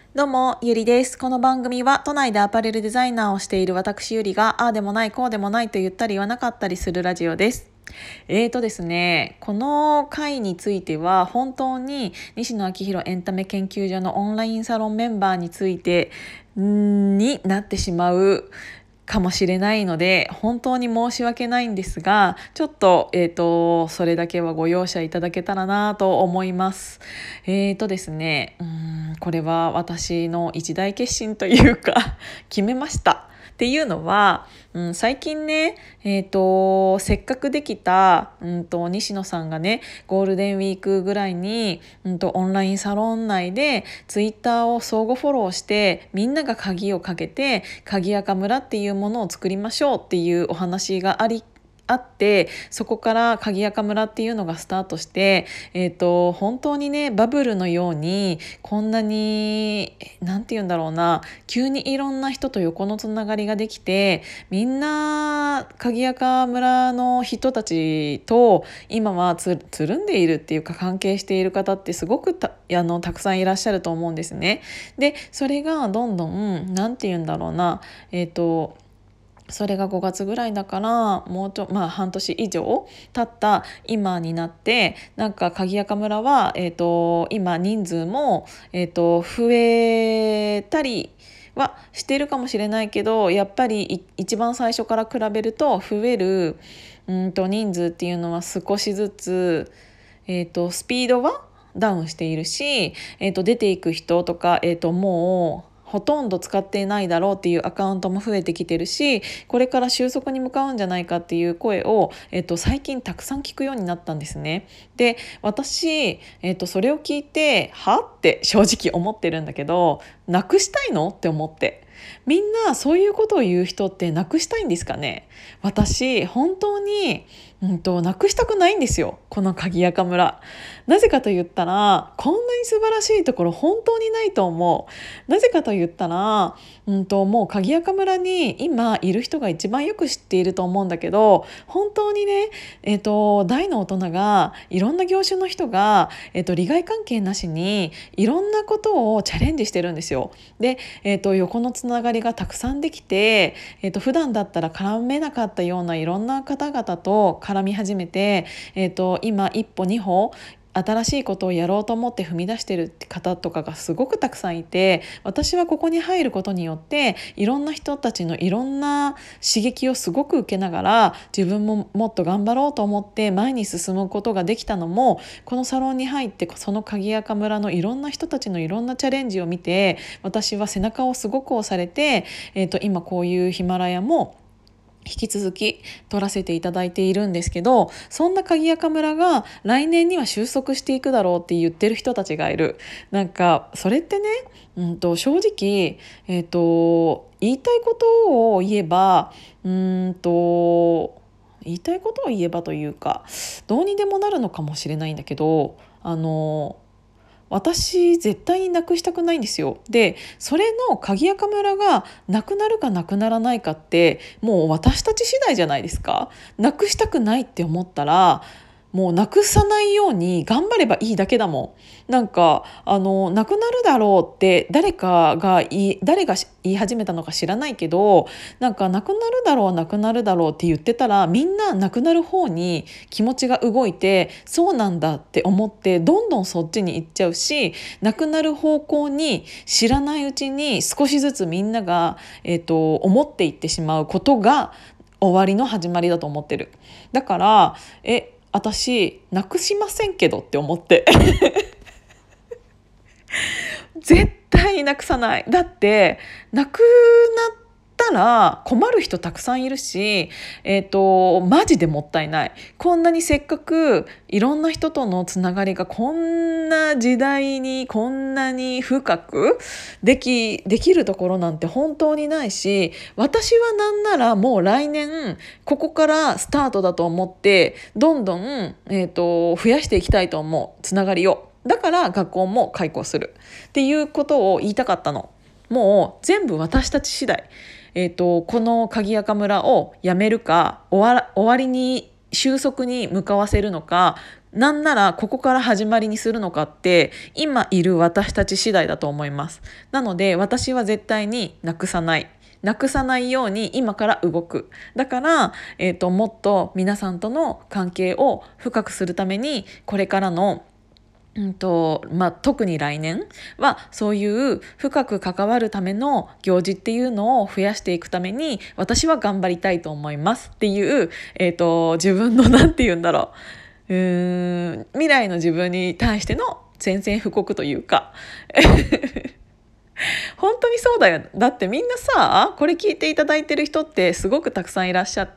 どうも、ゆりです。この番組は都内でアパレルデザイナーをしている私ゆりが、ああでもないこうでもないと言ったり言わなかったりするラジオです。ですね、この回については本当に西野昭弘エンタメ研究所のオンラインサロンメンバーについてになってしまうかもしれないので本当に申し訳ないんですが、ちょっと、それだけはご容赦いただけたらなと思います。ですね、これは私の一大決心というか決めました。っていうのは、最近ね、せっかくできた、西野さんがねゴールデンウィークぐらいに、オンラインサロン内でツイッターを相互フォローしてみんなが鍵をかけて鍵垢村っていうものを作りましょうっていうお話があって、そこから鍵垢村っていうのがスタートして、本当にねバブルのようにこんなになんて言うんだろうな、急にいろんな人と横のつながりができて、みんな鍵垢村の人たちと今はつるんでいるっていうか関係している方ってすごくたくさんいらっしゃると思うんですね。でそれがどんどんなんて言うんだろうな、それが5月ぐらいだからもう半年以上経った今になって、なんか鍵垢村は、今人数も、増えたりはしてるかもしれないけど、やっぱり一番最初から比べると増える人数っていうのは少しずつ、スピードはダウンしているし、出ていく人とか、もうほとんど使っていないだろうっていうアカウントも増えてきてるし、これから収束に向かうんじゃないかっていう声を、最近たくさん聞くようになったんですね。で私、それを聞いてはって正直思ってるんだけど、なくしたいのって思って、みんなそういうことを言う人ってなくしたいんですかね。私本当に、なくしたくないんですよ、この鍵垢村。なぜかと言ったらこんなに素晴らしいところ本当にないと思う。なぜかと言ったら、もう鍵垢村に今いる人が一番よく知っていると思うんだけど、本当にね、大の大人がいろんな業種の人が、利害関係なしにいろんなことをチャレンジしてるんですよ。で、横のつながりがたくさんできて、普段だったら絡めなかったようないろんな方々と絡み始めて、今一歩二歩新しいことをやろうと思って踏み出してる方とかがすごくたくさんいて、私はここに入ることによっていろんな人たちのいろんな刺激をすごく受けながら自分ももっと頑張ろうと思って前に進むことができたのも、このサロンに入ってその鍵垢村のいろんな人たちのいろんなチャレンジを見て、私は背中をすごく押されて、今こういうヒマラヤも引き続き撮らせていただいているんですけど、そんな鍵垢村が来年には収束していくだろうって言ってる人たちがいる。なんかそれってね、正直、言いたいことを言えば、言いたいことを言えばというかどうにでもなるのかもしれないんだけど、私絶対になくしたくないんですよ。でそれの鍵垢村がなくなるかなくならないかってもう私たち次第じゃないですか。なくしたくないって思ったらもうなくさないように頑張ればいいだけだもん。なんかなくなるだろうって誰が言い始めたのか知らないけど、なんかなくなるだろうなくなるだろうって言ってたらみんななくなる方に気持ちが動いて、そうなんだって思ってどんどんそっちに行っちゃうし、なくなる方向に知らないうちに少しずつみんなが、思っていってしまうことが終わりの始まりだと思ってる。だから私なくしませんけどって思って絶対なくさない。だってなくなったら困る人たくさんいるし、マジでもったいない。こんなにせっかくいろんな人とのつながりがこんな時代にこんなに深くできるところなんて本当にないし、私はなんならもう来年ここからスタートだと思ってどんどん、増やしていきたいと思う、つながりを。だから学校も開校するっていうことを言いたかったの。もう全部私たち次第。この鍵垢村をやめるか終わりに収束に向かわせるのかなんならここから始まりにするのかって今いる私たち次第だと思います。なので私は絶対になくさないように今から動く。だから、もっと皆さんとの関係を深くするためにこれからの特に来年はそういう深く関わるための行事っていうのを増やしていくために私は頑張りたいと思いますっていう、自分のなんて言うんだろう、未来の自分に対しての宣戦布告というか本当にそうだよ。だってみんなさ、これ聞いていただいてる人ってすごくたくさんいらっしゃって、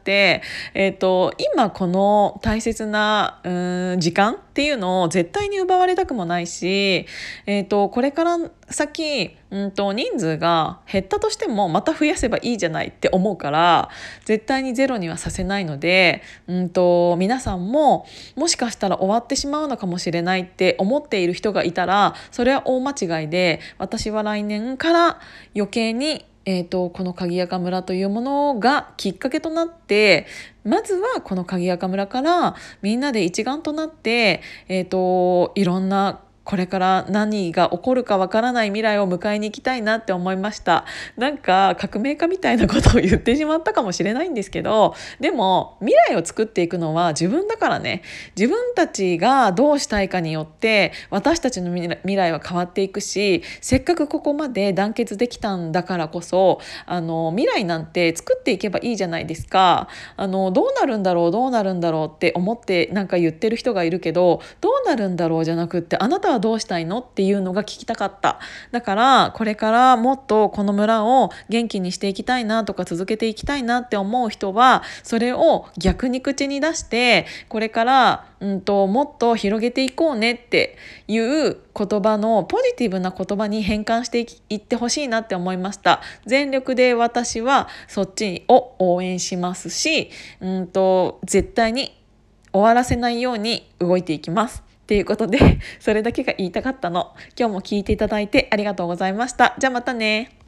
今この大切な時間っていうのを絶対に奪われたくもないし、これから先、人数が減ったとしてもまた増やせばいいじゃないって思うから絶対にゼロにはさせないので、皆さんももしかしたら終わってしまうのかもしれないって思っている人がいたらそれは大間違いで、私は来年から余計にこの鍵垢村というものがきっかけとなってまずはこの鍵垢村からみんなで一丸となって、いろんなこれから何が起こるかわからない未来を迎えに行きたいなって思いました。なんか革命家みたいなことを言ってしまったかもしれないんですけど、でも未来を作っていくのは自分だからね。自分たちがどうしたいかによって私たちの未来は変わっていくし、せっかくここまで団結できたんだからこそ未来なんて作っていけばいいじゃないですか。どうなるんだろうどうなるんだろうって思ってなんか言ってる人がいるけど、どうなるんだろうじゃなくって、あなたはどうしたいのっていうのが聞きたかった。だからこれからもっとこの村を元気にしていきたいなとか続けていきたいなって思う人はそれを逆に口に出してこれからもっと広げていこうねっていう言葉のポジティブな言葉に変換していってほしいなって思いました。全力で私はそっちを応援しますし、絶対に終わらせないように動いていきますっていうことで、それだけが言いたかったの。今日も聞いていただいてありがとうございました。じゃあまたね。